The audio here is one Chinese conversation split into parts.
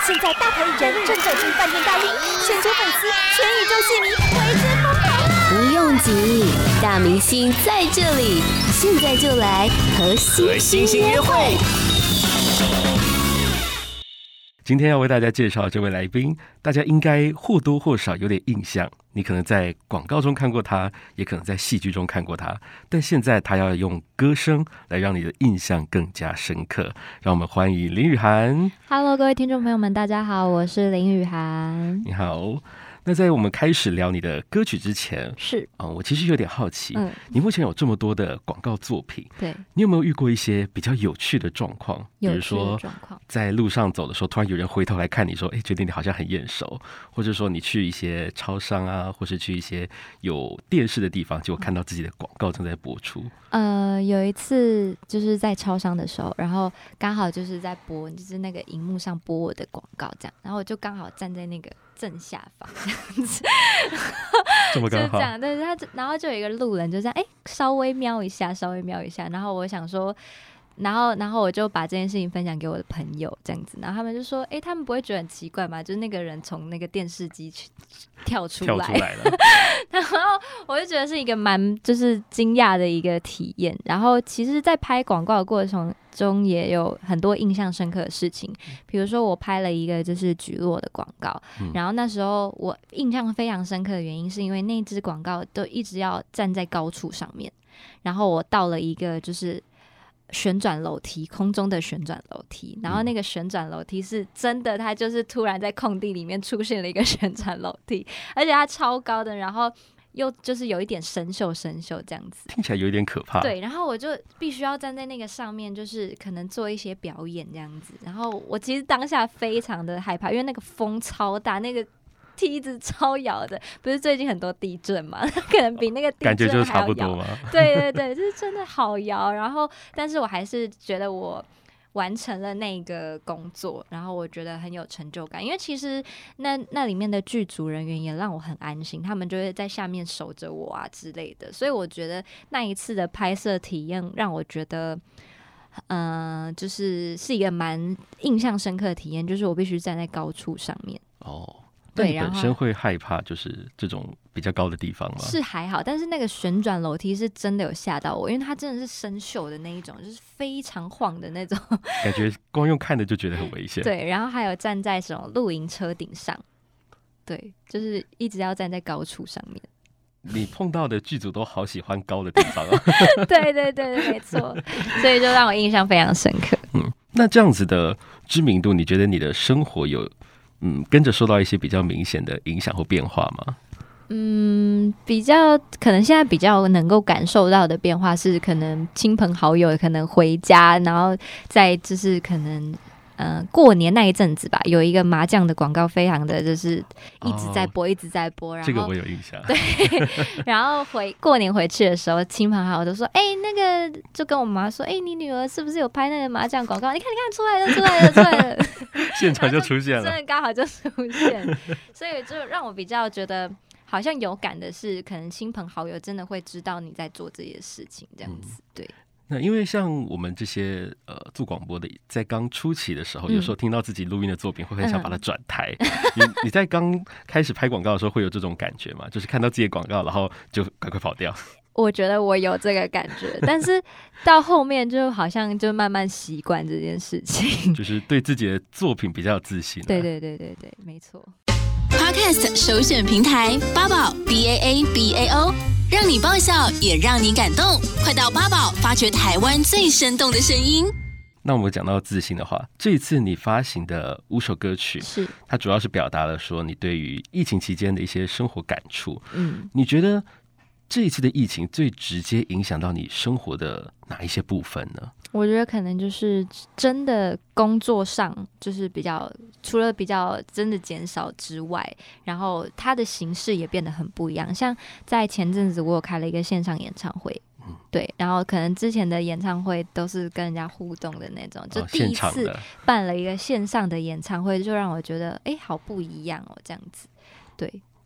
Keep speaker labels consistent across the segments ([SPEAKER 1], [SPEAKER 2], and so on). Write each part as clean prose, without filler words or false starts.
[SPEAKER 1] 现在大牌艺人正走进饭店大厅，全球粉丝、全宇宙戏迷为之疯狂啊！
[SPEAKER 2] 不用急，大明星在这里，现在就来和星星约会。
[SPEAKER 3] 今天要为大家介绍这位来宾，大家应该或多或少有点印象。你可能在广告中看过他，也可能在戏剧中看过他，但现在他要用歌声来让你的印象更加深刻。让我们欢迎林雨涵。
[SPEAKER 4] Hello， 各位听众朋友们，大家好，我是林雨涵。
[SPEAKER 3] 你好。那在我们开始聊你的歌曲之前，我其实有点好奇，你目前有这么多的广告作品，
[SPEAKER 4] 对，
[SPEAKER 3] 你有没有遇过一些比较有趣的状况？比如说在路上走的时候，突然有人回头来看你说，觉得你好像很眼熟，或者说你去一些超商啊，或是去一些有电视的地方，结果看到自己的广告正在播出。
[SPEAKER 4] 有一次就是在超商的时候，然后刚好就是在播，就是那个荧幕上播我的广告这样，然后我就刚好站在那个正下方这样子，
[SPEAKER 3] 这么刚好，
[SPEAKER 4] 就这样，对，然后就有一个路人就这样，稍微瞄一下，然后我想说。然后我就把这件事情分享给我的朋友，这样子，然后他们就说：“他们不会觉得很奇怪吗？就是那个人从那个电视机跳出来了。”然后我就觉得是一个蛮就是惊讶的一个体验。然后其实，在拍广告的过程中，也有很多印象深刻的事情。比如说，我拍了一个就是菊络的广告，然后那时候我印象非常深刻的原因，是因为那支广告都一直要站在高处上面，然后我到了一个就是旋转楼梯，空中的旋转楼梯，然后那个旋转楼梯是真的，它就是突然在空地里面出现了一个旋转楼梯，而且它超高的，然后又就是有一点生锈这样子，
[SPEAKER 3] 听起来有一点可怕。
[SPEAKER 4] 对，然后我就必须要站在那个上面，就是可能做一些表演这样子，然后我其实当下非常的害怕，因为那个风超大，那个梯子超摇的，不是最近很多地震嘛？可能比那个地震
[SPEAKER 3] 感觉就是差不多嘛。
[SPEAKER 4] 对，就是真的好摇。然后，但是我还是觉得我完成了那个工作，然后我觉得很有成就感。因为其实那里面的剧组人员也让我很安心，他们就会在下面守着我啊之类的。所以我觉得那一次的拍摄体验让我觉得。就是一个蛮印象深刻的体验，就是我必须站在高处上面。
[SPEAKER 3] 那你本身会害怕就是这种比较高的地方吗？
[SPEAKER 4] 是还好，但是那个旋转楼梯是真的有吓到我，因为它真的是生锈的那一种，就是非常晃的那种，
[SPEAKER 3] 感觉光用看的就觉得很危险。
[SPEAKER 4] 对，然后还有站在什么露营车顶上，对，就是一直要站在高处上面。
[SPEAKER 3] 你碰到的剧组都好喜欢高的地方啊！
[SPEAKER 4] 对，没错，所以就让我印象非常深刻。
[SPEAKER 3] 那这样子的知名度，你觉得你的生活有跟着受到一些比较明显的影响或变化吗？
[SPEAKER 4] 比较可能现在比较能够感受到的变化是，可能亲朋好友可能回家，然后再就是可能。过年那一阵子吧，有一个麻将的广告，非常的就是一直在播，然后
[SPEAKER 3] 这个我有印象。
[SPEAKER 4] 对，然后过年回去的时候，亲朋好友都说：“那个就跟我妈说，你女儿是不是有拍那个麻将广告？你看，出来了，
[SPEAKER 3] 现场就出现了，
[SPEAKER 4] 真的刚好就出现，所以就让我比较觉得好像有感的是，可能亲朋好友真的会知道你在做这些事情，这样子，对。”
[SPEAKER 3] 那因为像我们这些做广播的，在刚初期的时候，有时候听到自己录音的作品，会很想把它转台。你在刚开始拍广告的时候，会有这种感觉吗？就是看到自己的广告，然后就赶快跑掉。
[SPEAKER 4] 我觉得我有这个感觉，但是到后面就好像就慢慢习惯这件事情，
[SPEAKER 3] 就是对自己的作品比较有自信。
[SPEAKER 4] 对，没错。
[SPEAKER 2] Podcast 首选平台八宝 BAABAO， 让你爆笑也让你感动，快到八宝发掘台湾最生动的声音。
[SPEAKER 3] 那我们讲到自信的话，这一次你发行的5首歌曲，
[SPEAKER 4] 是
[SPEAKER 3] 它主要是表达了说你对于疫情期间的一些生活感触。你觉得这一次的疫情最直接影响到你生活的哪一些部分呢？
[SPEAKER 4] 我觉得可能就是真的工作上就是除了比较真的减少之外，然后它的形式也变得很不一样。像在前阵子我有开了一个线上演唱会，对，然后可能之前的演唱会都是跟人家互动的那种，就第一次办了一个线上的演唱会，就让我觉得好不一样哦，这样子，对。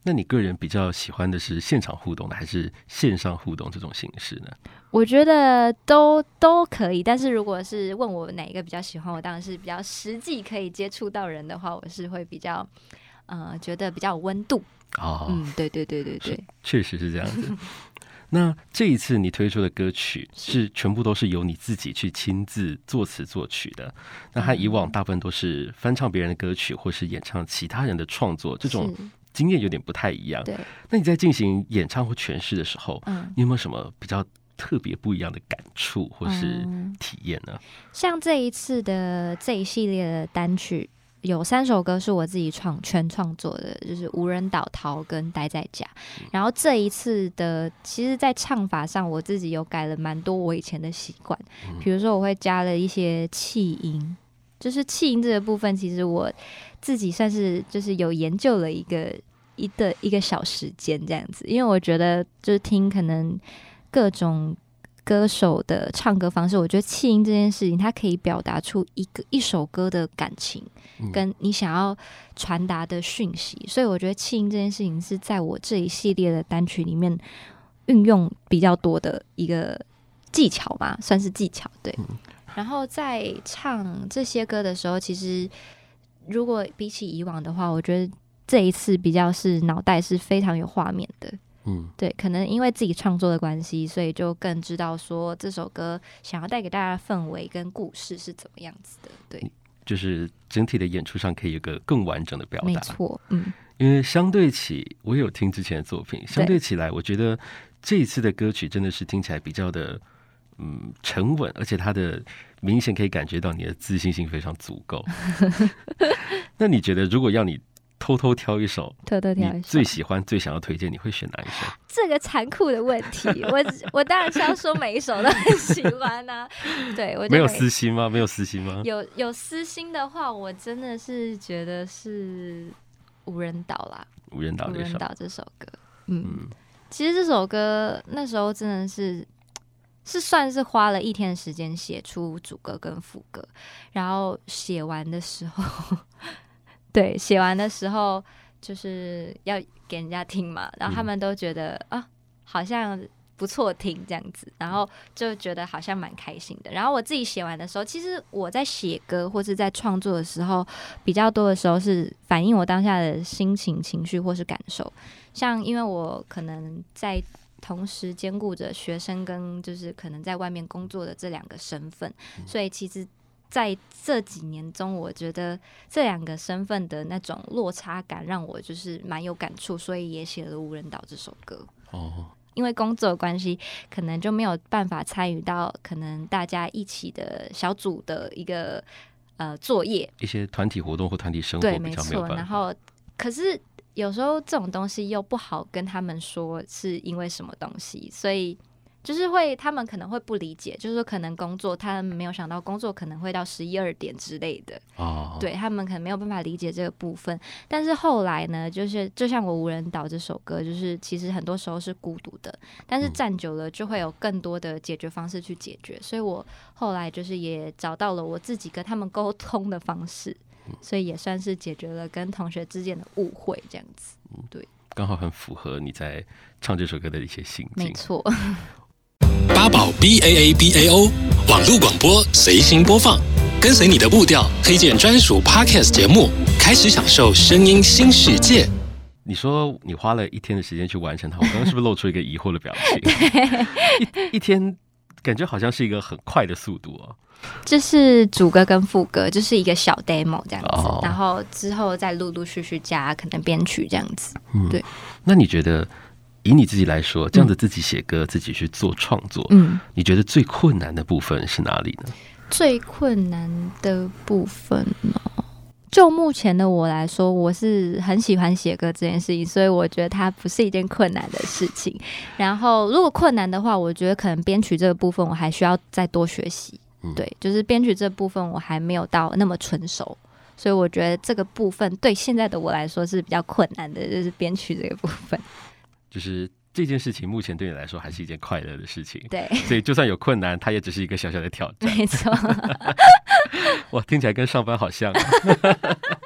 [SPEAKER 3] 那你个人比较喜欢的是现场互动的，还是线上互动这种形式呢？
[SPEAKER 4] 我觉得都可以，但是如果是问我哪一个比较喜欢，我当然是比较实际可以接触到人的话，我是会比较觉得比较有温度。对，
[SPEAKER 3] 确实是这样子。那这一次你推出的歌曲是全部都是由你自己去亲自作词作曲的，那和以往大部分都是翻唱别人的歌曲或是演唱其他人的创作，这种经验有点不太一样。
[SPEAKER 4] 对，
[SPEAKER 3] 那你在进行演唱或诠释的时候，你有没有什么比较特别不一样的感触或是体验呢？
[SPEAKER 4] 像这一次的这一系列的单曲，有3首歌是我自己全创作的，就是无人岛、逃跟待在家。然后这一次的，其实在唱法上我自己有改了蛮多我以前的习惯，比如说我会加了一些气音，就是气音这个部分，其实我自己算是就是有研究了一个小时间这样子，因为我觉得就是听可能各种歌手的唱歌方式，我觉得气音这件事情它可以表达出一首歌的感情跟你想要传达的讯息，所以我觉得气音这件事情是在我这一系列的单曲里面运用比较多的一个技巧吧，算是技巧。对，然后在唱这些歌的时候，其实如果比起以往的话，我觉得这一次比较是脑袋是非常有画面的。对，可能因为自己创作的关系，所以就更知道说这首歌想要带给大家的氛围跟故事是怎么样子的。对，
[SPEAKER 3] 就是整体的演出上可以有个更完整的表达。
[SPEAKER 4] 没错，
[SPEAKER 3] 因为相对起我也有听之前的作品，相对起来，我觉得这一次的歌曲真的是听起来比较的沉稳，而且它的明显可以感觉到你的自信心非常足够。那你觉得如果要你偷偷挑一首你最喜欢最想要推荐，你会选哪一首？
[SPEAKER 4] 这个残酷的问题，我当然是要说每一首都很喜欢啊。对，我
[SPEAKER 3] 没有私心吗？没有私心吗？
[SPEAKER 4] 有私心的话，我真的是觉得是无人岛啦。无人岛这首歌，其实这首歌那时候真的是算是花了1天的时间写出主歌跟副歌，然后写完的时候对，写完的时候就是要给人家听嘛，然后他们都觉得好像不错听这样子，然后就觉得好像蛮开心的。然后我自己写完的时候，其实我在写歌或是在创作的时候，比较多的时候是反映我当下的心情、情绪或是感受。像因为我可能在同时兼顾着学生跟就是可能在外面工作的这2个身份，所以其实在这几年中，我觉得这2个身份的那种落差感让我就是蛮有感触，所以也写了《无人岛》这首歌。因为工作的关系，可能就没有办法参与到可能大家一起的小组的一个作业，一
[SPEAKER 3] 些团体活动或团体生活比较没有办法。
[SPEAKER 4] 然后可是有时候这种东西又不好跟他们说是因为什么东西，所以就是他们可能会不理解，就是说可能工作，他们没有想到工作可能会到11、2点之类的，对，他们可能没有办法理解这个部分。但是后来呢，就是就像我《无人岛》这首歌，就是其实很多时候是孤独的，但是站久了就会有更多的解决方式去解决，所以我后来就是也找到了我自己跟他们沟通的方式，所以也算是解决了跟同学之间的误会这样子。对，
[SPEAKER 3] 刚好很符合你在唱这首歌的一些心境。
[SPEAKER 4] 没错。
[SPEAKER 5] 八宝 BAABAO 网络广播随心播放，跟随你的步调，推荐专属 Podcast 节目，开始享受声音新世界。
[SPEAKER 3] 你说你花了1天的时间去完成它，我刚刚是不是露出一个疑惑的表情？一天感觉好像是一个很快的速度哦。
[SPEAKER 4] 就是主歌跟副歌就是一个小 demo 这样子，然后之后再陆陆续续加可能编曲这样子。对，
[SPEAKER 3] 那你觉得？以你自己来说，这样子自己写歌、自己去做创作，你觉得最困难的部分是哪里呢？
[SPEAKER 4] 最困难的部分就目前的我来说，我是很喜欢写歌这件事情，所以我觉得它不是一件困难的事情。然后如果困难的话，我觉得可能编曲这个部分我还需要再多学习。对，就是编曲这部分我还没有到那么纯熟，所以我觉得这个部分对现在的我来说是比较困难的，就是编曲这个部分。
[SPEAKER 3] 就是这件事情目前对你来说还是一件快乐的事情，
[SPEAKER 4] 对，
[SPEAKER 3] 所以就算有困难，它也只是一个小小的挑战。
[SPEAKER 4] 没错。
[SPEAKER 3] 哇，听起来跟上班好像。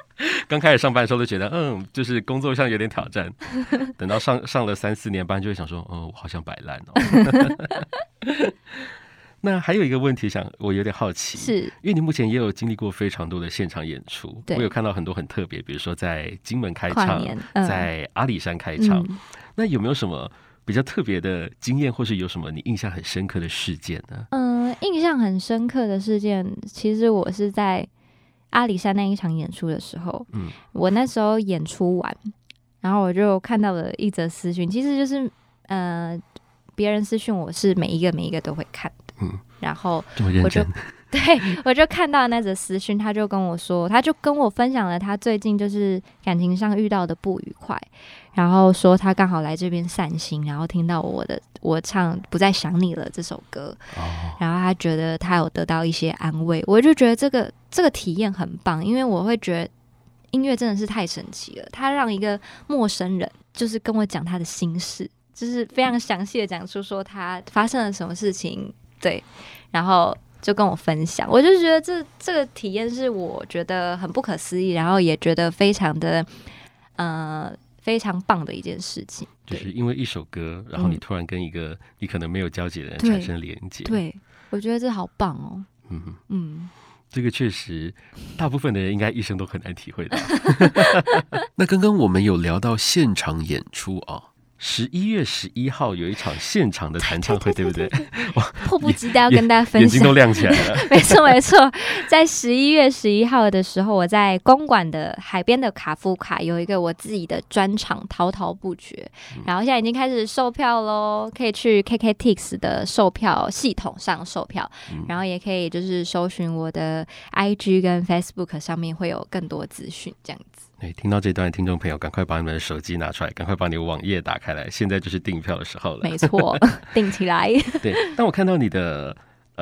[SPEAKER 3] 刚开始上班的时候都觉得就是工作上有点挑战，等到上了3-4年班就会想说我好像摆烂哦。那还有一个问题我有点好奇，
[SPEAKER 4] 是
[SPEAKER 3] 因为你目前也有经历过非常多的现场演出，我有看到很多很特别，比如说在金门开唱，在阿里山开唱，那有没有什么比较特别的经验，或是有什么你印象很深刻的事件呢？
[SPEAKER 4] 印象很深刻的事件，其实我是在阿里山那一场演出的时候，我那时候演出完，然后我就看到了一则私讯，其实就是别人私讯我是每一个都会看的，然后我就看到那则私讯，他就跟我分享了他最近就是感情上遇到的不愉快，然后说他刚好来这边散心，然后听到我唱《不再想你了》这首歌，然后他觉得他有得到一些安慰，我就觉得这个体验很棒，因为我会觉得音乐真的是太神奇了，他让一个陌生人就是跟我讲他的心事，就是非常详细的讲出说他发生了什么事情，对，然后就跟我分享，我就觉得这个体验是我觉得很不可思议，然后也觉得非常的非常棒的一件事情，
[SPEAKER 3] 就是因为一首歌，然后你突然跟一个你可能没有交集的人产生连结，
[SPEAKER 4] 对，我觉得这好棒哦。
[SPEAKER 3] 这个确实大部分的人应该一生都很难体会到。那刚刚我们有聊到现场演出啊，11月11号有一场现场的弹唱会，对不对？
[SPEAKER 4] 迫不及待要跟大家分享，
[SPEAKER 3] 眼睛都亮起来了。
[SPEAKER 4] 没错，在11月11号的时候，我在公馆的海边的卡夫卡有一个我自己的专场，滔滔不绝。然后现在已经开始售票咯，可以去 KKTix 的售票系统上售票，然后也可以就是搜寻我的 IG 跟 Facebook 上面会有更多资讯，这样子。
[SPEAKER 3] 听到这段的听众朋友，赶快把你们的手机拿出来，赶快把你的网页打开来，现在就是订票的时候了。
[SPEAKER 4] 没错，订起来。
[SPEAKER 3] 对，但我看到你的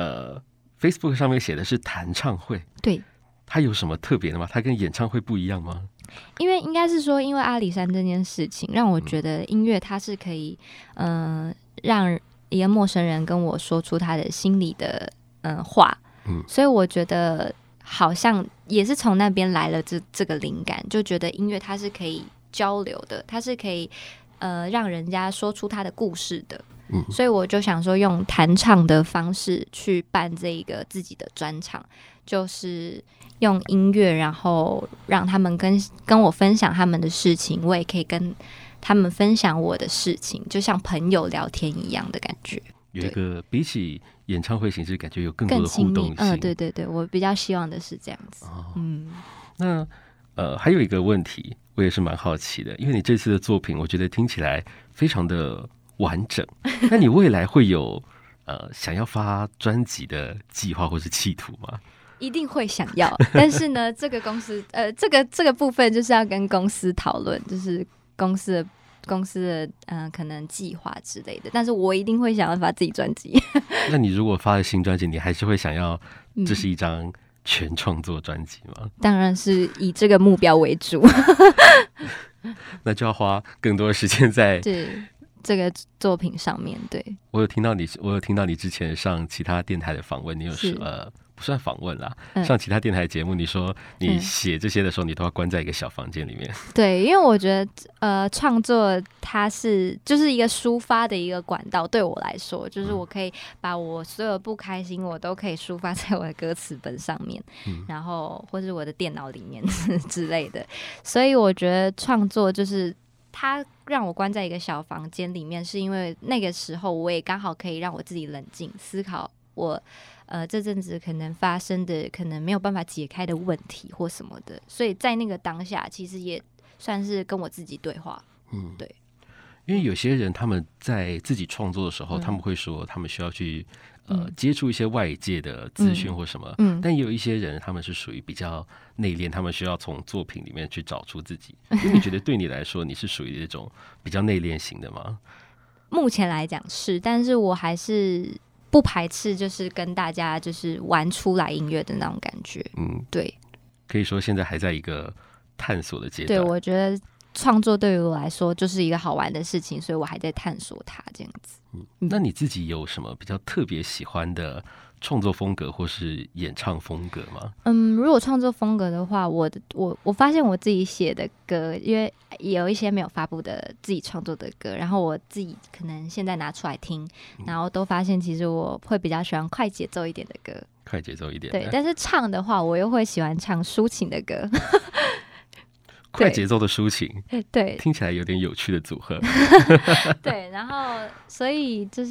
[SPEAKER 3] Facebook 上面写的是弹唱会，对，它有什么特别的吗？它跟演唱会不一样吗？
[SPEAKER 4] 因为应该是说，因为阿里山这件事情，让我觉得音乐它是可以，让一个陌生人跟我说出他的心里的话，所以我觉得。好像也是从那边来了这个灵感，就觉得音乐它是可以交流的，它是可以让人家说出他的故事的，所以我就想说用弹唱的方式去办这一个自己的专场，就是用音乐，然后让他们跟我分享他们的事情，我也可以跟他们分享我的事情，就像朋友聊天一样的感觉。
[SPEAKER 3] 有一个比起演唱会形式，感觉有更多的互动性。
[SPEAKER 4] 对对对，我比较希望的是这样子。
[SPEAKER 3] 那还有一个问题，我也是蛮好奇的，因为你这次的作品，我觉得听起来非常的完整。那你未来会有想要发专辑的计划或是企图吗？
[SPEAKER 4] 一定会想要，但是呢，这个公司这个部分就是要跟公司讨论，就是公司的可能计划之类的，但是我一定会想要发自己专辑。
[SPEAKER 3] 那你如果发了新专辑，你还是会想要这是一张全创作专辑吗？
[SPEAKER 4] 当然是以这个目标为主。
[SPEAKER 3] 那就要花更多的时间在
[SPEAKER 4] 这个作品上面。对，
[SPEAKER 3] 我有听到你之前上其他电台的访问，你有说不算访问啦，上其他电台节目，你说你写这些的时候，你都要关在一个小房间里面。对，
[SPEAKER 4] 因为我觉得创作它就是一个抒发的一个管道，对我来说，就是我可以把我所有不开心，我都可以抒发在我的歌词本上面，然后或是我的电脑里面之类的。所以我觉得创作就是它让我关在一个小房间里面，是因为那个时候我也刚好可以让我自己冷静思考我这阵子可能发生的可能没有办法解开的问题或什么的，所以在那个当下其实也算是跟我自己对话。对，
[SPEAKER 3] 因为有些人他们在自己创作的时候，他们会说他们需要去接触一些外界的资讯或什么，但也有一些人他们是属于比较内敛，他们需要从作品里面去找出自己。因为你觉得对你来说，你是属于这种比较内敛型的吗？
[SPEAKER 4] 目前来讲是，但是我还是不排斥，就是跟大家就是玩出来音乐的那种感觉。对，
[SPEAKER 3] 可以说现在还在一个探索的阶段。
[SPEAKER 4] 对，我觉得创作对于我来说就是一个好玩的事情，所以我还在探索它这样子。
[SPEAKER 3] 那你自己有什么比较特别喜欢的创作风格或是演唱风格吗？
[SPEAKER 4] 如果创作风格的话，我发现我自己写的歌，因为有一些没有发布的自己创作的歌，然后我自己可能现在拿出来听，然后都发现其实我会比较喜欢快节奏一点的歌，
[SPEAKER 3] 快节奏一点。
[SPEAKER 4] 对，但是唱的话，我又会喜欢唱抒情的歌。
[SPEAKER 3] 快节奏的抒情，
[SPEAKER 4] 对，
[SPEAKER 3] 听起来有点有趣的组合。
[SPEAKER 4] 对，然后所以就是，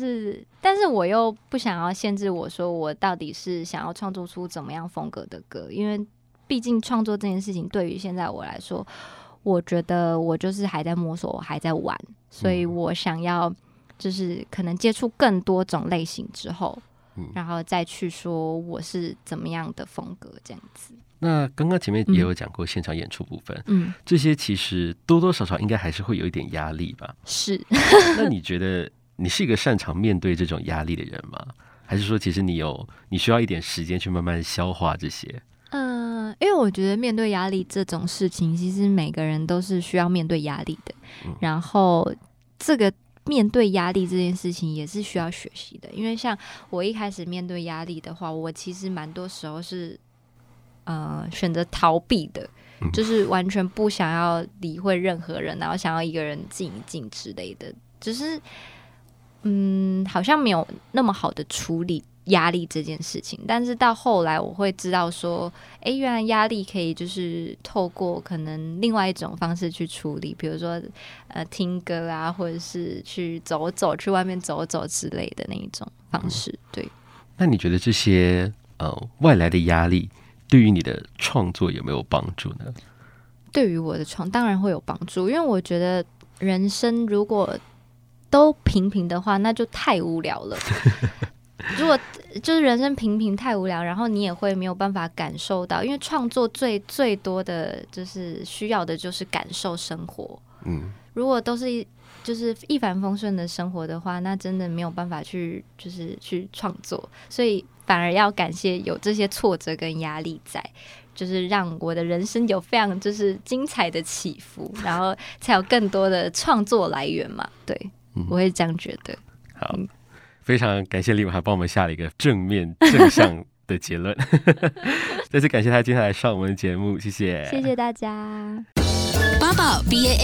[SPEAKER 4] 但是我又不想要限制我说我到底是想要创作出怎么样风格的歌，因为毕竟创作这件事情对于现在我来说，我觉得我就是还在摸索，我还在玩，所以我想要就是可能接触更多种类型之后，然后再去说我是怎么样的风格这样子。
[SPEAKER 3] 那刚刚前面也有讲过现场演出部分，这些其实多多少少应该还是会有一点压力吧？
[SPEAKER 4] 是。
[SPEAKER 3] 那你觉得你是一个擅长面对这种压力的人吗？还是说其实你需要一点时间去慢慢消化这些？
[SPEAKER 4] 因为我觉得面对压力这种事情，其实每个人都是需要面对压力的，然后这个面对压力这件事情也是需要学习的。因为像我一开始面对压力的话，我其实蛮多时候是选择逃避的，就是完全不想要理会任何人，然后想要一个人静一静之类的，就是好像没有那么好的处理压力这件事情。但是到后来我会知道说，原来压力可以就是透过可能另外一种方式去处理，比如说听歌啊，或者是去走走，去外面走走之类的那一种方式。对。
[SPEAKER 3] 那你觉得这些外来的压力对于你的创作有没有帮助呢？
[SPEAKER 4] 对于我的当然会有帮助，因为我觉得人生如果都平平的话，那就太无聊了。如果就是人生平平太无聊，然后你也会没有办法感受到，因为创作最多的就是需要的就是感受生活。如果都是就是一帆风顺的生活的话，那真的没有办法去创作，所以反而要感谢有这些挫折跟压力在，就是让我的人生有非常就是精彩的起伏，然后才有更多的创作来源嘛。对，我会这样觉得。
[SPEAKER 3] 好，非常感谢李婉涵帮我们下了一个正面正向的结论。再次感谢他今天来上我们的节目，谢谢，
[SPEAKER 4] 谢谢大家。
[SPEAKER 2] 八宝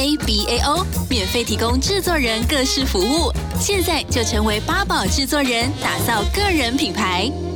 [SPEAKER 2] BAABAO 免费提供制作人各式服务，现在就成为八宝制作人，打造个人品牌。